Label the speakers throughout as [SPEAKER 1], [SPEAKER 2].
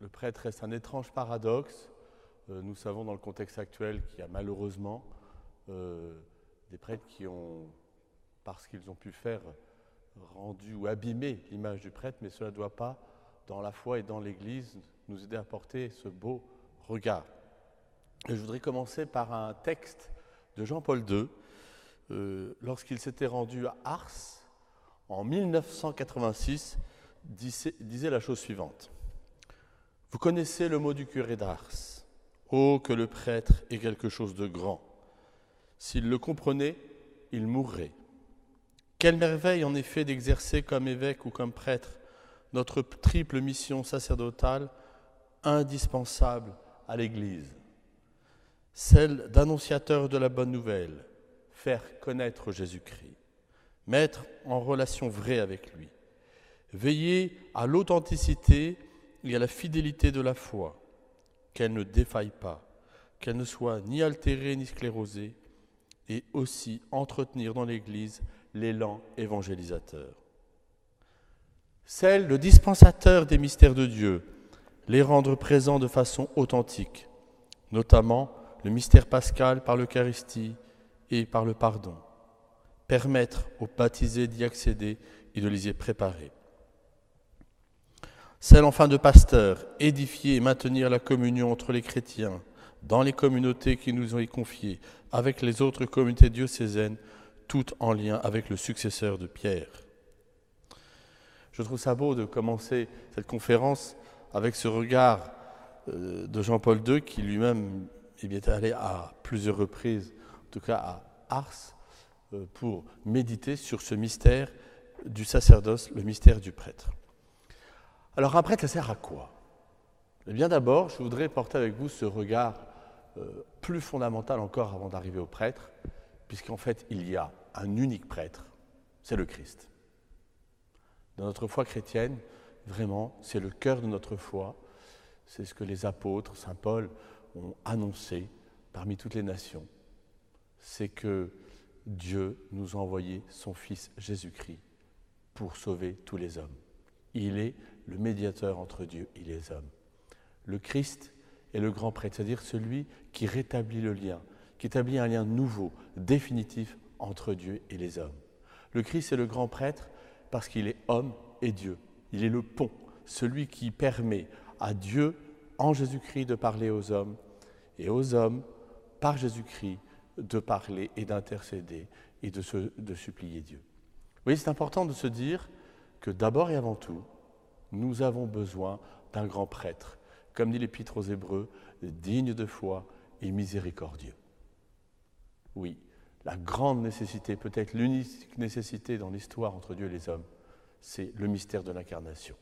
[SPEAKER 1] Le prêtre reste un étrange paradoxe. Nous savons dans le contexte actuel qu'il y a malheureusement des prêtres qui ont, parce qu'ils ont pu faire, rendu ou abîmé l'image du prêtre, mais cela ne doit pas, dans la foi et dans l'Église, nous aider à porter ce beau regard. Et je voudrais commencer par un texte de Jean-Paul II, lorsqu'il s'était rendu à Ars, en 1986, disait la chose suivante. Vous connaissez le mot du curé d'Ars. Oh, que le prêtre est quelque chose de grand. S'il le comprenait, il mourrait. Quelle merveille en effet d'exercer comme évêque ou comme prêtre notre triple mission sacerdotale indispensable à l'Église. Celle d'annonciateur de la bonne nouvelle, faire connaître Jésus-Christ, mettre en relation vraie avec lui, veiller à l'authenticité et à la fidélité de la foi, qu'elle ne défaille pas, qu'elle ne soit ni altérée ni sclérosée, et aussi entretenir dans l'Église l'élan évangélisateur. Celle de dispensateur des mystères de Dieu, les rendre présents de façon authentique, notamment le mystère pascal par l'Eucharistie et par le pardon. Permettre aux baptisés d'y accéder et de les y préparer. Celle enfin de pasteur, édifier et maintenir la communion entre les chrétiens, dans les communautés qui nous ont confiées, avec les autres communautés diocésaines, toutes en lien avec le successeur de Pierre. Je trouve ça beau de commencer cette conférence avec ce regard de Jean-Paul II qui lui-même est allé à plusieurs reprises, en tout cas à Ars, pour méditer sur ce mystère du sacerdoce, le mystère du prêtre. Alors un prêtre, ça sert à quoi ? Eh bien d'abord, je voudrais porter avec vous ce regard plus fondamental encore avant d'arriver au prêtre, puisqu'en fait il y a un unique prêtre, c'est le Christ. Dans notre foi chrétienne, vraiment, c'est le cœur de notre foi, c'est ce que les apôtres, saint Paul, ont annoncé parmi toutes les nations, c'est que Dieu nous a envoyé son Fils Jésus-Christ pour sauver tous les hommes. Il est le médiateur entre Dieu et les hommes. Le Christ est le grand prêtre, c'est-à-dire celui qui rétablit le lien, qui établit un lien nouveau, définitif entre Dieu et les hommes. Le Christ est le grand prêtre parce qu'il est homme et Dieu. Il est le pont, celui qui permet à Dieu, en Jésus-Christ, de parler aux hommes, et aux hommes, par Jésus-Christ, de parler et d'intercéder et de supplier Dieu. Vous voyez, c'est important de se dire que d'abord et avant tout, nous avons besoin d'un grand prêtre, comme dit l'Épître aux Hébreux, digne de foi et miséricordieux. Oui, la grande nécessité, peut-être l'unique nécessité dans l'histoire entre Dieu et les hommes, c'est le mystère de l'incarnation.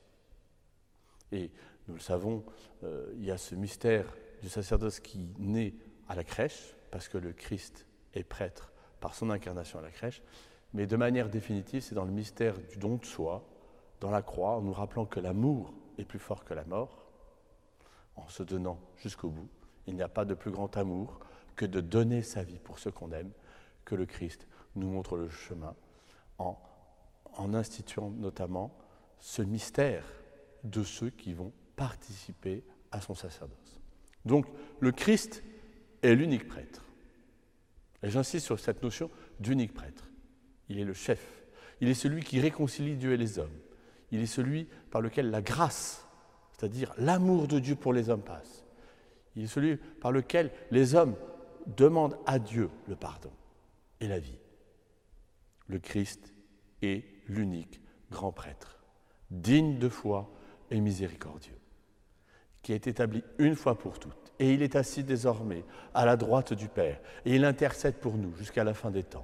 [SPEAKER 1] Et nous le savons, il y a ce mystère du sacerdoce qui naît à la crèche, parce que le Christ est prêtre par son incarnation à la crèche, mais de manière définitive, c'est dans le mystère du don de soi, dans la croix, en nous rappelant que l'amour est plus fort que la mort, en se donnant jusqu'au bout. Il n'y a pas de plus grand amour que de donner sa vie pour ceux qu'on aime, que le Christ nous montre le chemin, en instituant notamment ce mystère de ceux qui vont participer à son sacerdoce. Donc, le Christ est l'unique prêtre. Et j'insiste sur cette notion d'unique prêtre. Il est le chef. Il est celui qui réconcilie Dieu et les hommes. Il est celui par lequel la grâce, c'est-à-dire l'amour de Dieu pour les hommes, passe. Il est celui par lequel les hommes demandent à Dieu le pardon et la vie. Le Christ est l'unique grand prêtre, digne de foi et miséricordieux, qui est établi une fois pour toutes. Et il est assis désormais à la droite du Père. Et il intercède pour nous jusqu'à la fin des temps.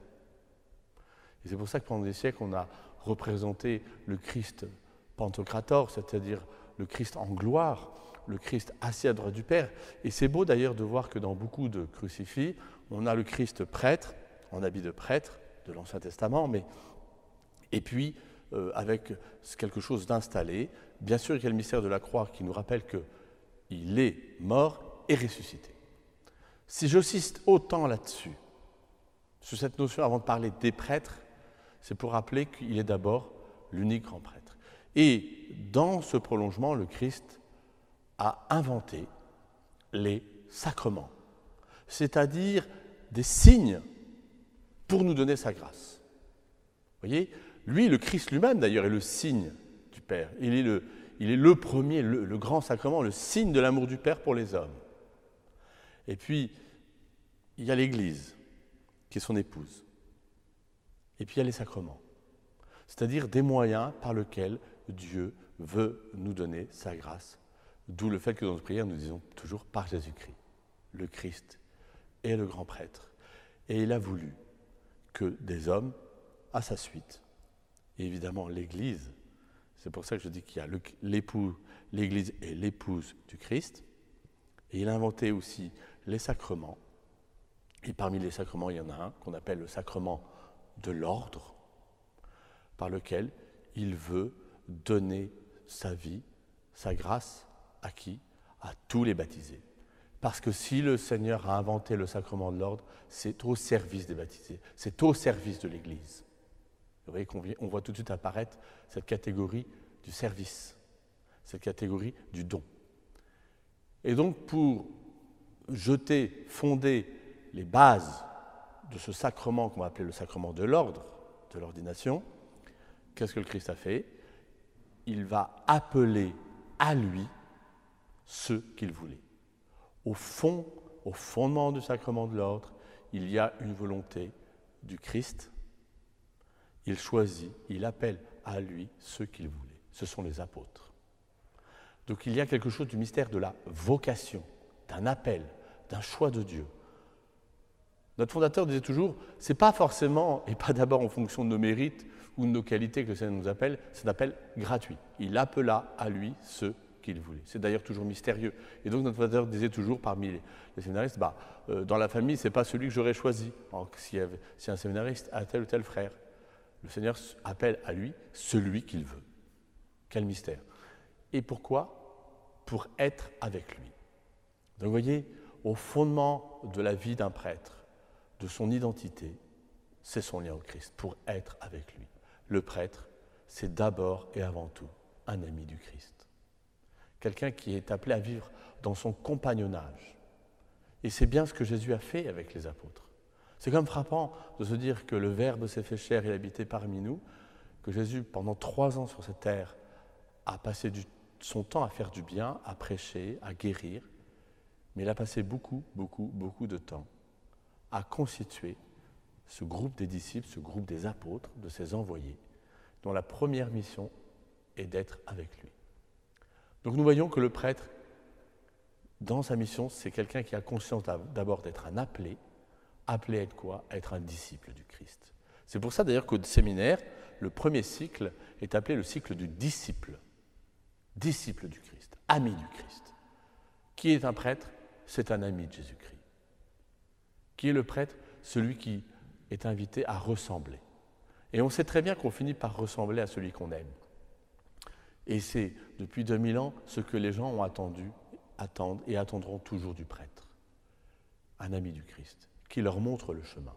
[SPEAKER 1] Et c'est pour ça que pendant des siècles, on a représenté le Christ Pantocrator, c'est-à-dire le Christ en gloire, le Christ assis à droite du Père. Et c'est beau d'ailleurs de voir que dans beaucoup de crucifix, on a le Christ prêtre, en habit de prêtre, de l'Ancien Testament, et puis avec quelque chose d'installé. Bien sûr, il y a le mystère de la croix qui nous rappelle qu'il est mort et ressuscité. Si j'insiste autant là-dessus, sur cette notion avant de parler des prêtres, c'est pour rappeler qu'il est d'abord l'unique grand prêtre. Et dans ce prolongement, le Christ a inventé les sacrements, c'est-à-dire des signes pour nous donner sa grâce. Vous voyez, lui, le Christ lui-même d'ailleurs, est le signe du Père. Il est le premier, le grand sacrement, le signe de l'amour du Père pour les hommes. Et puis, il y a l'Église, qui est son épouse. Et puis, il y a les sacrements, c'est-à-dire des moyens par lesquels Dieu veut nous donner sa grâce. D'où le fait que dans notre prière, nous disons toujours par Jésus-Christ, le Christ et le grand prêtre. Et il a voulu que des hommes, à sa suite, et évidemment l'Église, c'est pour ça que je dis qu'il y a l'époux, l'Église est l'épouse du Christ, et il a inventé aussi les sacrements. Et parmi les sacrements, il y en a un qu'on appelle le sacrement de l'ordre, par lequel il veut donner sa vie, sa grâce, à qui? À tous les baptisés. Parce que si le Seigneur a inventé le sacrement de l'ordre, c'est au service des baptisés, c'est au service de l'Église. Vous voyez qu'on voit tout de suite apparaître cette catégorie du service, cette catégorie du don. Et donc pour fonder les bases de ce sacrement qu'on va appeler le sacrement de l'ordre, de l'ordination, qu'est-ce que le Christ a fait? Il va appeler à lui ceux qu'il voulait. Au fondement du sacrement de l'ordre, il y a une volonté du Christ. Il choisit, il appelle à lui ceux qu'il voulait. Ce sont les apôtres. Donc il y a quelque chose du mystère de la vocation, d'un appel, d'un choix de Dieu. Notre fondateur disait toujours, c'est pas forcément, et pas d'abord en fonction de nos mérites ou de nos qualités que le Seigneur nous appelle, c'est un appel gratuit. Il appela à lui ceux qu'il voulait. C'est d'ailleurs toujours mystérieux. Et donc notre fondateur disait toujours parmi les séminaristes, dans la famille, c'est pas celui que j'aurais choisi. Si un séminariste a tel ou tel frère, le Seigneur appelle à lui celui qu'il veut. Quel mystère. Et pourquoi? Pour être avec lui. Donc vous voyez, au fondement de la vie d'un prêtre, de son identité, c'est son lien au Christ, pour être avec lui. Le prêtre, c'est d'abord et avant tout un ami du Christ. Quelqu'un qui est appelé à vivre dans son compagnonnage. Et c'est bien ce que Jésus a fait avec les apôtres. C'est quand même frappant de se dire que le Verbe s'est fait chair et habité parmi nous, que Jésus, pendant 3 ans sur cette terre, a passé son temps à faire du bien, à prêcher, à guérir, mais il a passé beaucoup de temps à constituer ce groupe des disciples, ce groupe des apôtres, de ses envoyés, dont la première mission est d'être avec lui. Donc nous voyons que le prêtre, dans sa mission, c'est quelqu'un qui a conscience d'abord d'être un appelé à être quoi? À être un disciple du Christ. C'est pour ça d'ailleurs qu'au séminaire, le premier cycle est appelé le cycle du disciple. Disciple du Christ, ami du Christ. Qui est un prêtre? C'est un ami de Jésus-Christ. Qui est le prêtre? Celui qui est invité à ressembler. Et on sait très bien qu'on finit par ressembler à celui qu'on aime. Et c'est, depuis 2000 ans, ce que les gens ont attendu, attendent et attendront toujours du prêtre. Un ami du Christ, qui leur montre le chemin.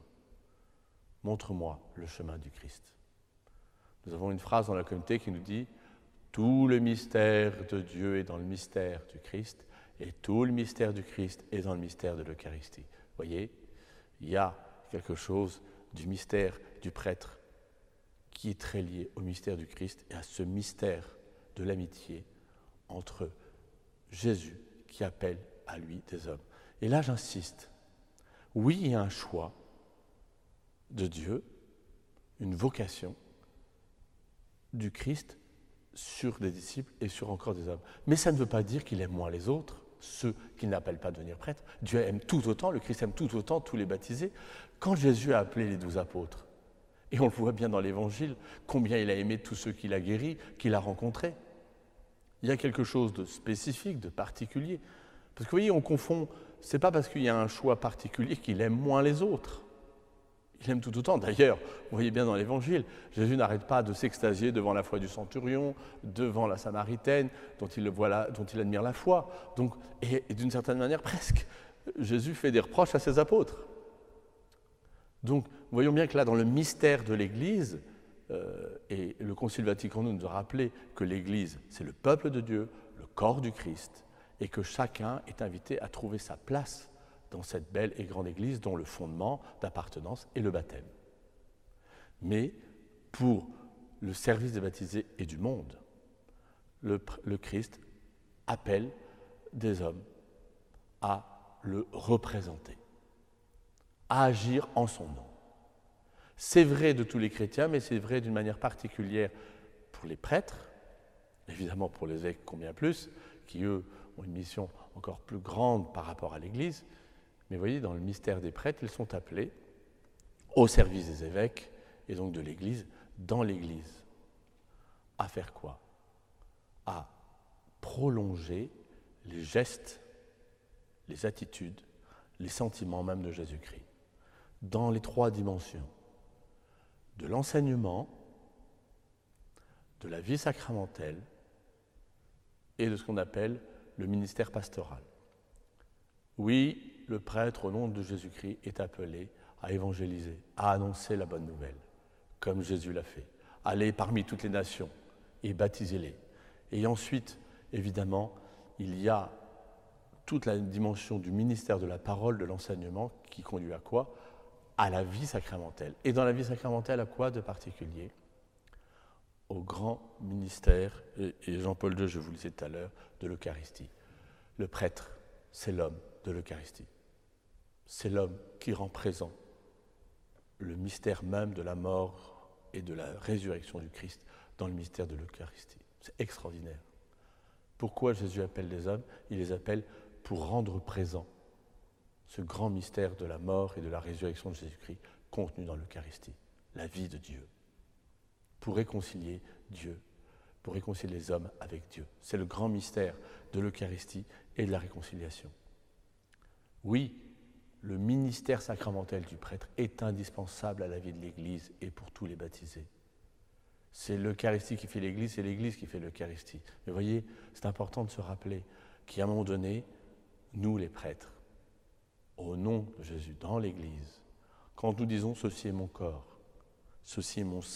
[SPEAKER 1] Montre-moi le chemin du Christ. Nous avons une phrase dans la communauté qui nous dit « Tout le mystère de Dieu est dans le mystère du Christ, et tout le mystère du Christ est dans le mystère de l'Eucharistie. » Vous voyez, il y a quelque chose du mystère du prêtre qui est très lié au mystère du Christ et à ce mystère de l'amitié entre Jésus qui appelle à lui des hommes. Et là, j'insiste. Oui, il y a un choix de Dieu, une vocation du Christ sur des disciples et sur encore des hommes. Mais ça ne veut pas dire qu'il aime moins les autres, ceux qu'il n'appelle pas à devenir prêtres. Dieu aime tout autant, le Christ aime tout autant tous les baptisés. Quand Jésus a appelé les 12 apôtres, et on le voit bien dans l'Évangile, combien il a aimé tous ceux qu'il a guéris, qu'il a rencontrés. Il y a quelque chose de spécifique, de particulier. Parce que vous voyez, on confond, c'est pas parce qu'il y a un choix particulier qu'il aime moins les autres. Il aime tout autant. D'ailleurs, vous voyez bien dans l'Évangile, Jésus n'arrête pas de s'extasier devant la foi du centurion, devant la Samaritaine, dont il admire la foi. Donc, et d'une certaine manière, presque, Jésus fait des reproches à ses apôtres. Donc, voyons bien que là, dans le mystère de l'Église, et le Concile Vatican II nous a rappelé que l'Église, c'est le peuple de Dieu, le corps du Christ, et que chacun est invité à trouver sa place dans cette belle et grande Église dont le fondement d'appartenance est le baptême. Mais pour le service des baptisés et du monde, le Christ appelle des hommes à le représenter, à agir en son nom. C'est vrai de tous les chrétiens, mais c'est vrai d'une manière particulière pour les prêtres, évidemment pour les évêques combien plus, qui eux ont une mission encore plus grande par rapport à l'Église. Mais vous voyez, dans le mystère des prêtres, ils sont appelés au service des évêques et donc de l'Église, dans l'Église. À faire quoi? À prolonger les gestes, les attitudes, les sentiments même de Jésus-Christ, dans les 3 dimensions de l'enseignement, de la vie sacramentelle et de ce qu'on appelle le ministère pastoral. Oui, le prêtre, au nom de Jésus-Christ, est appelé à évangéliser, à annoncer la bonne nouvelle, comme Jésus l'a fait. Allez parmi toutes les nations et baptisez-les. Et ensuite, évidemment, il y a toute la dimension du ministère de la parole, de l'enseignement, qui conduit à quoi? À la vie sacramentelle. Et dans la vie sacramentelle, à quoi de particulier? Au grand ministère, et Jean-Paul II, je vous le disais tout à l'heure, de l'Eucharistie. Le prêtre, c'est l'homme de l'Eucharistie. C'est l'homme qui rend présent le mystère même de la mort et de la résurrection du Christ dans le mystère de l'Eucharistie. C'est extraordinaire. Pourquoi Jésus appelle les hommes? Il les appelle pour rendre présent ce grand mystère de la mort et de la résurrection de Jésus-Christ contenu dans l'Eucharistie, la vie de Dieu, pour réconcilier Dieu, pour réconcilier les hommes avec Dieu. C'est le grand mystère de l'Eucharistie et de la réconciliation. Oui, le ministère sacramentel du prêtre est indispensable à la vie de l'Église et pour tous les baptisés. C'est l'Eucharistie qui fait l'Église, c'est l'Église qui fait l'Eucharistie. Mais voyez, c'est important de se rappeler qu'à un moment donné, nous les prêtres, au nom de Jésus, dans l'Église, quand nous disons « ceci est mon corps, ceci est mon sang »,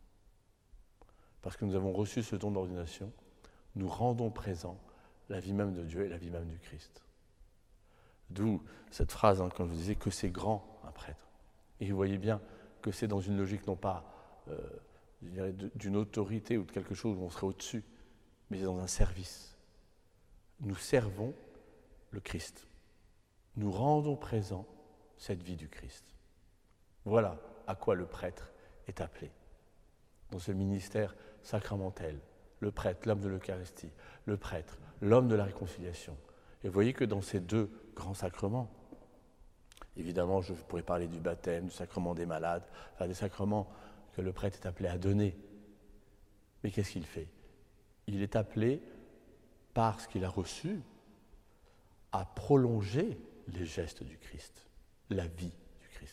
[SPEAKER 1] parce que nous avons reçu ce don d'ordination, nous rendons présent la vie même de Dieu et la vie même du Christ. D'où cette phrase, quand je vous disais que c'est grand, un prêtre. Et vous voyez bien que c'est dans une logique non pas je dirais, d'une autorité ou de quelque chose où on serait au-dessus, mais c'est dans un service. Nous servons le Christ. Nous rendons présent cette vie du Christ. Voilà à quoi le prêtre est appelé. Dans ce ministère sacramentel, le prêtre, l'homme de l'Eucharistie, le prêtre, l'homme de la réconciliation. Et vous voyez que dans ces 2 grands sacrements, évidemment, je pourrais parler du baptême, du sacrement des malades, enfin des sacrements que le prêtre est appelé à donner. Mais qu'est-ce qu'il fait? Il est appelé, parce qu'il a reçu, à prolonger les gestes du Christ, la vie du Christ.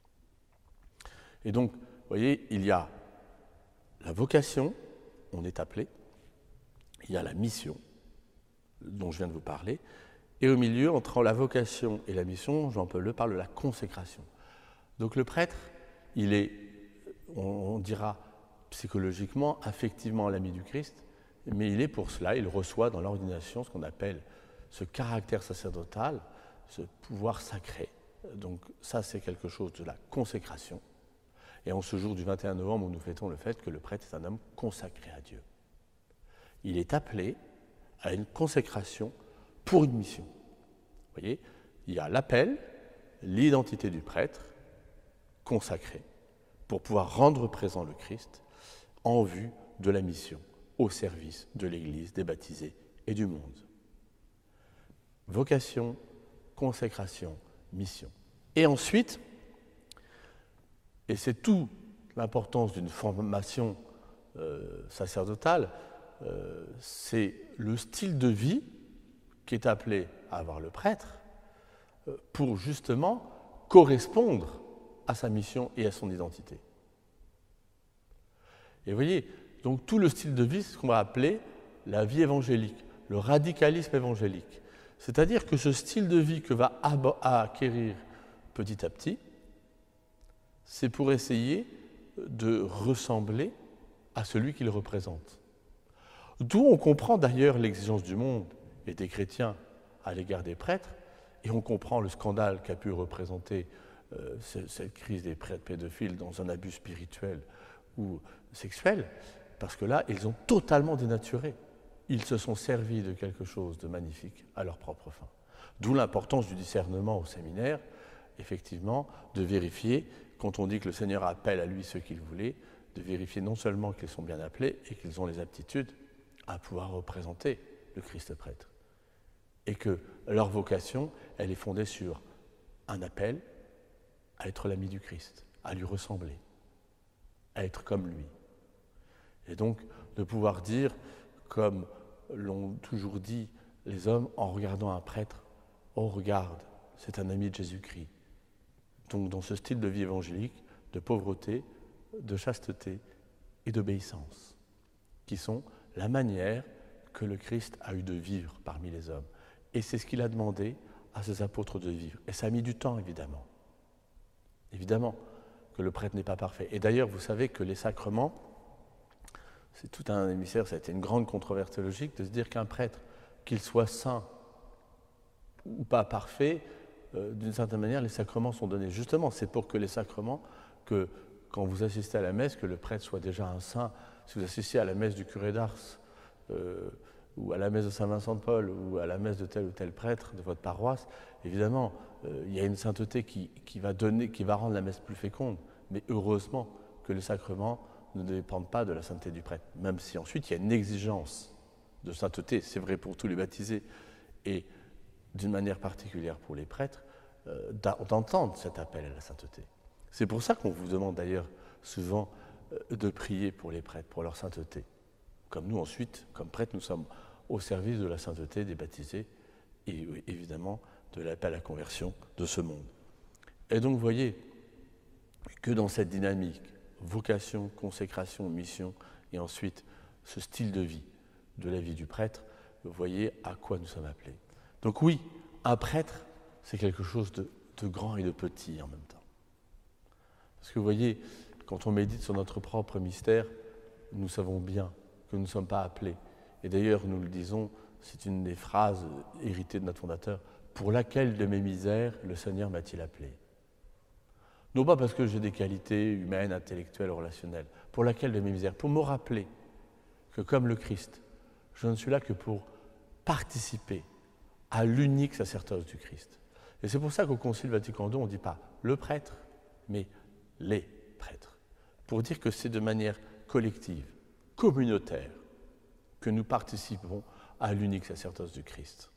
[SPEAKER 1] Et donc, vous voyez, il y a la vocation, on est appelé, il y a la mission, dont je viens de vous parler, et au milieu, entre la vocation et la mission, Jean-Paul II parle de la consécration. Donc le prêtre, il est, on dira psychologiquement, affectivement l'ami du Christ, mais il est pour cela, il reçoit dans l'ordination ce qu'on appelle ce caractère sacerdotal, ce pouvoir sacré. Donc ça, c'est quelque chose de la consécration. Et en ce jour du 21 novembre, nous fêtons le fait que le prêtre est un homme consacré à Dieu. Il est appelé à une consécration pour une mission. Vous voyez, il y a l'appel, l'identité du prêtre, consacré, pour pouvoir rendre présent le Christ en vue de la mission, au service de l'Église, des baptisés et du monde. Vocation, consécration, mission. Et ensuite, et c'est toute l'importance d'une formation sacerdotale, c'est le style de vie qui est appelé à avoir le prêtre pour justement correspondre à sa mission et à son identité. Et vous voyez, donc tout le style de vie, c'est ce qu'on va appeler la vie évangélique, le radicalisme évangélique. C'est-à-dire que ce style de vie que va acquérir petit à petit, c'est pour essayer de ressembler à celui qu'il représente. D'où on comprend d'ailleurs l'exigence du monde et des chrétiens à l'égard des prêtres, et on comprend le scandale qu'a pu représenter cette crise des prêtres pédophiles dans un abus spirituel ou sexuel, parce que là, ils ont totalement dénaturé. Ils se sont servis de quelque chose de magnifique à leur propre fin. D'où l'importance du discernement au séminaire, effectivement, de vérifier, quand on dit que le Seigneur appelle à lui ceux qu'il voulait, de vérifier non seulement qu'ils sont bien appelés et qu'ils ont les aptitudes à pouvoir représenter le Christ prêtre. Et que leur vocation, elle est fondée sur un appel à être l'ami du Christ, à lui ressembler, à être comme lui. Et donc, de pouvoir dire, comme l'ont toujours dit les hommes en regardant un prêtre, « Oh, regarde, c'est un ami de Jésus-Christ ». Donc, dans ce style de vie évangélique, de pauvreté, de chasteté et d'obéissance, qui sont la manière que le Christ a eu de vivre parmi les hommes. Et c'est ce qu'il a demandé à ses apôtres de vivre. Et ça a mis du temps, évidemment. Évidemment que le prêtre n'est pas parfait. Et d'ailleurs, vous savez que les sacrements, c'est tout un émissaire, ça a été une grande controverse théologique de se dire qu'un prêtre, qu'il soit saint ou pas parfait, d'une certaine manière, les sacrements sont donnés. Justement, c'est pour que les sacrements, que quand vous assistez à la messe, que le prêtre soit déjà un saint. Si vous assistez à la messe du curé d'Ars, ou à la messe de Saint-Vincent de Paul, ou à la messe de tel ou tel prêtre de votre paroisse, évidemment, il y a une sainteté qui va rendre la messe plus féconde. Mais heureusement que les sacrements ne dépendent pas de la sainteté du prêtre, même si ensuite il y a une exigence de sainteté, c'est vrai pour tous les baptisés, et d'une manière particulière pour les prêtres, d'entendre cet appel à la sainteté. C'est pour ça qu'on vous demande d'ailleurs souvent de prier pour les prêtres, pour leur sainteté. Comme nous ensuite, comme prêtres, nous sommes au service de la sainteté des baptisés et évidemment de l'appel à la conversion de ce monde. Et donc vous voyez que dans cette dynamique, vocation, consécration, mission, et ensuite ce style de vie, de la vie du prêtre, vous voyez à quoi nous sommes appelés. Donc oui, un prêtre, c'est quelque chose de grand et de petit en même temps. Parce que vous voyez, quand on médite sur notre propre mystère, nous savons bien que nous ne sommes pas appelés. Et d'ailleurs, nous le disons, c'est une des phrases héritées de notre fondateur, « Pour laquelle de mes misères le Seigneur m'a-t-il appelé ?» Non pas parce que j'ai des qualités humaines, intellectuelles, relationnelles, pour laquelle de mes misères, pour me rappeler que comme le Christ, je ne suis là que pour participer à l'unique sacerdoce du Christ. Et c'est pour ça qu'au Concile Vatican II, on ne dit pas le prêtre, mais les prêtres, pour dire que c'est de manière collective, communautaire, que nous participons à l'unique sacerdoce du Christ.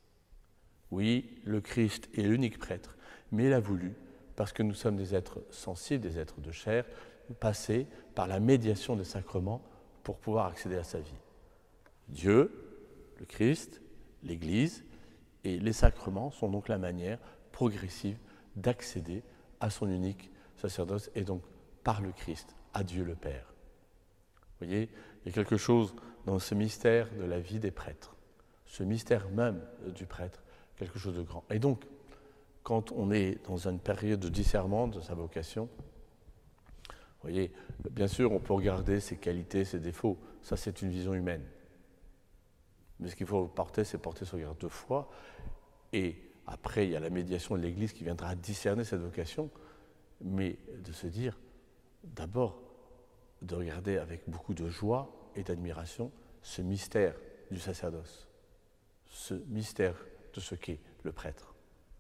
[SPEAKER 1] Oui, le Christ est l'unique prêtre, mais il a voulu, parce que nous sommes des êtres sensibles, des êtres de chair, passer par la médiation des sacrements pour pouvoir accéder à sa vie. Dieu, le Christ, l'Église et les sacrements sont donc la manière progressive d'accéder à son unique sacerdoce et donc par le Christ à Dieu le Père. Vous voyez, il y a quelque chose dans ce mystère de la vie des prêtres, ce mystère même du prêtre, quelque chose de grand. Et donc, quand on est dans une période de discernement de sa vocation, vous voyez, bien sûr, on peut regarder ses qualités, ses défauts. Ça, c'est une vision humaine. Mais ce qu'il faut porter, c'est porter ce regard de foi. Et après, il y a la médiation de l'Église qui viendra discerner cette vocation, mais de se dire, d'abord, de regarder avec beaucoup de joie et d'admiration ce mystère du sacerdoce, ce mystère de ce qu'est le prêtre.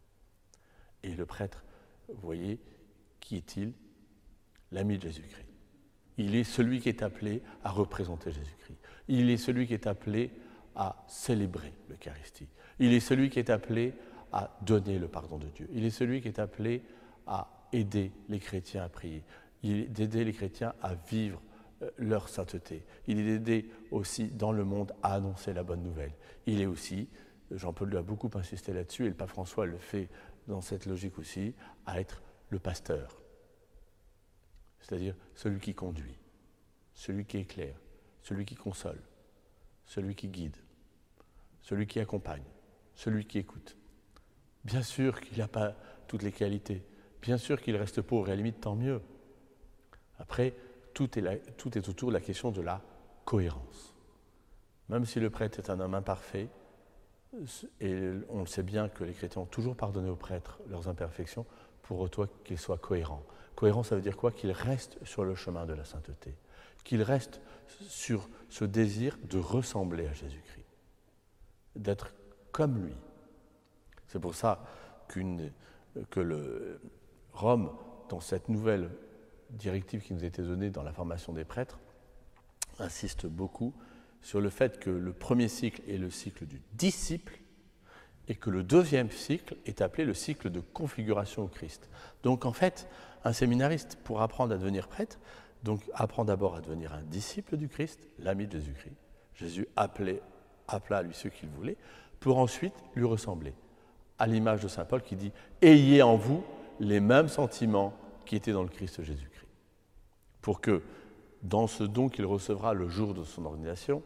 [SPEAKER 1] Et le prêtre, vous voyez, qui est-il? L'ami de Jésus-Christ. Il est celui qui est appelé à représenter Jésus-Christ. Il est celui qui est appelé à célébrer l'Eucharistie. Il est celui qui est appelé à donner le pardon de Dieu. Il est celui qui est appelé à aider les chrétiens à prier. Il est d'aider les chrétiens à vivre leur sainteté. Il est d'aider aussi dans le monde à annoncer la bonne nouvelle. Il est aussi, Jean-Paul a beaucoup insisté là-dessus, et le pape François le fait dans cette logique aussi, à être le pasteur. C'est-à-dire celui qui conduit, celui qui éclaire, celui qui console, celui qui guide, celui qui accompagne, celui qui écoute. Bien sûr qu'il n'a pas toutes les qualités, bien sûr qu'il reste pauvre, et à la limite, tant mieux. Après, tout est autour de la question de la cohérence. Même si le prêtre est un homme imparfait, Et on le sait bien que les chrétiens ont toujours pardonné aux prêtres leurs imperfections, pour autant qu'ils soient cohérents. Cohérent, ça veut dire quoi? Qu'ils restent sur le chemin de la sainteté, qu'ils restent sur ce désir de ressembler à Jésus-Christ, d'être comme lui. C'est pour ça que Rome, dans cette nouvelle directive qui nous a été donnée dans la formation des prêtres, insiste beaucoup sur le fait que le premier cycle est le cycle du disciple et que le deuxième cycle est appelé le cycle de configuration au Christ. Donc en fait, un séminariste, pour apprendre à devenir prêtre, donc apprend d'abord à devenir un disciple du Christ, l'ami de Jésus-Christ. Jésus appela à lui ceux qu'il voulait, pour ensuite lui ressembler. À l'image de saint Paul qui dit « Ayez en vous les mêmes sentiments qui étaient dans le Christ Jésus-Christ ». Pour que, dans ce don qu'il recevra le jour de son ordination,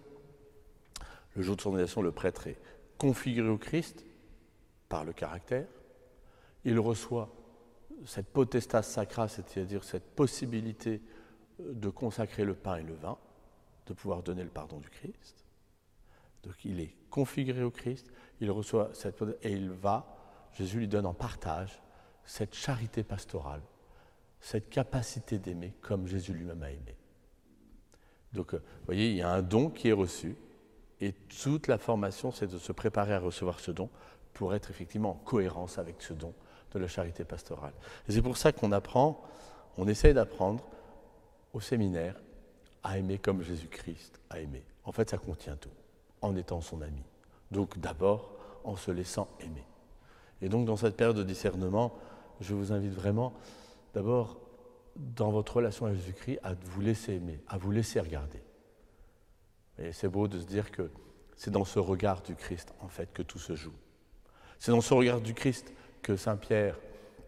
[SPEAKER 1] le prêtre est configuré au Christ par le caractère, il reçoit cette potestas sacra, c'est-à-dire cette possibilité de consacrer le pain et le vin, de pouvoir donner le pardon du Christ. Donc il est configuré au Christ, il reçoit cette et Jésus lui donne en partage cette charité pastorale, cette capacité d'aimer comme Jésus lui-même a aimé. Donc vous voyez, il y a un don qui est reçu et toute la formation, c'est de se préparer à recevoir ce don pour être effectivement en cohérence avec ce don de la charité pastorale. Et c'est pour ça on essaye d'apprendre au séminaire à aimer comme Jésus-Christ a aimé. En fait, ça contient tout, en étant son ami. Donc d'abord, en se laissant aimer. Et donc dans cette période de discernement, je vous invite vraiment, d'abord, dans votre relation à Jésus-Christ, à vous laisser aimer, à vous laisser regarder. Et c'est beau de se dire que c'est dans ce regard du Christ, en fait, que tout se joue. C'est dans ce regard du Christ que Saint Pierre,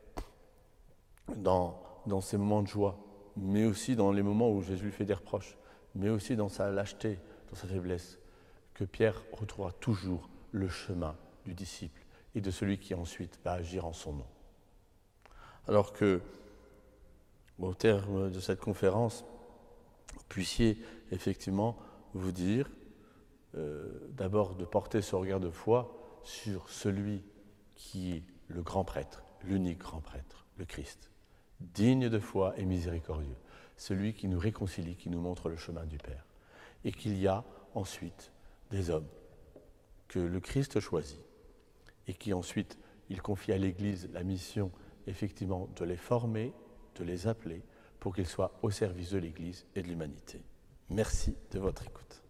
[SPEAKER 1] dans ses moments de joie, mais aussi dans les moments où Jésus lui fait des reproches, mais aussi dans sa lâcheté, dans sa faiblesse, que Pierre retrouvera toujours le chemin du disciple et de celui qui ensuite va agir en son nom. Alors que, au terme de cette conférence, vous puissiez effectivement vous dire, d'abord de porter ce regard de foi sur celui qui est le grand prêtre, l'unique grand prêtre, le Christ, digne de foi et miséricordieux, celui qui nous réconcilie, qui nous montre le chemin du Père. Et qu'il y a ensuite des hommes que le Christ choisit et qui ensuite, il confie à l'Église la mission effectivement de les former, de les appeler pour qu'ils soient au service de l'Église et de l'humanité. Merci de votre écoute.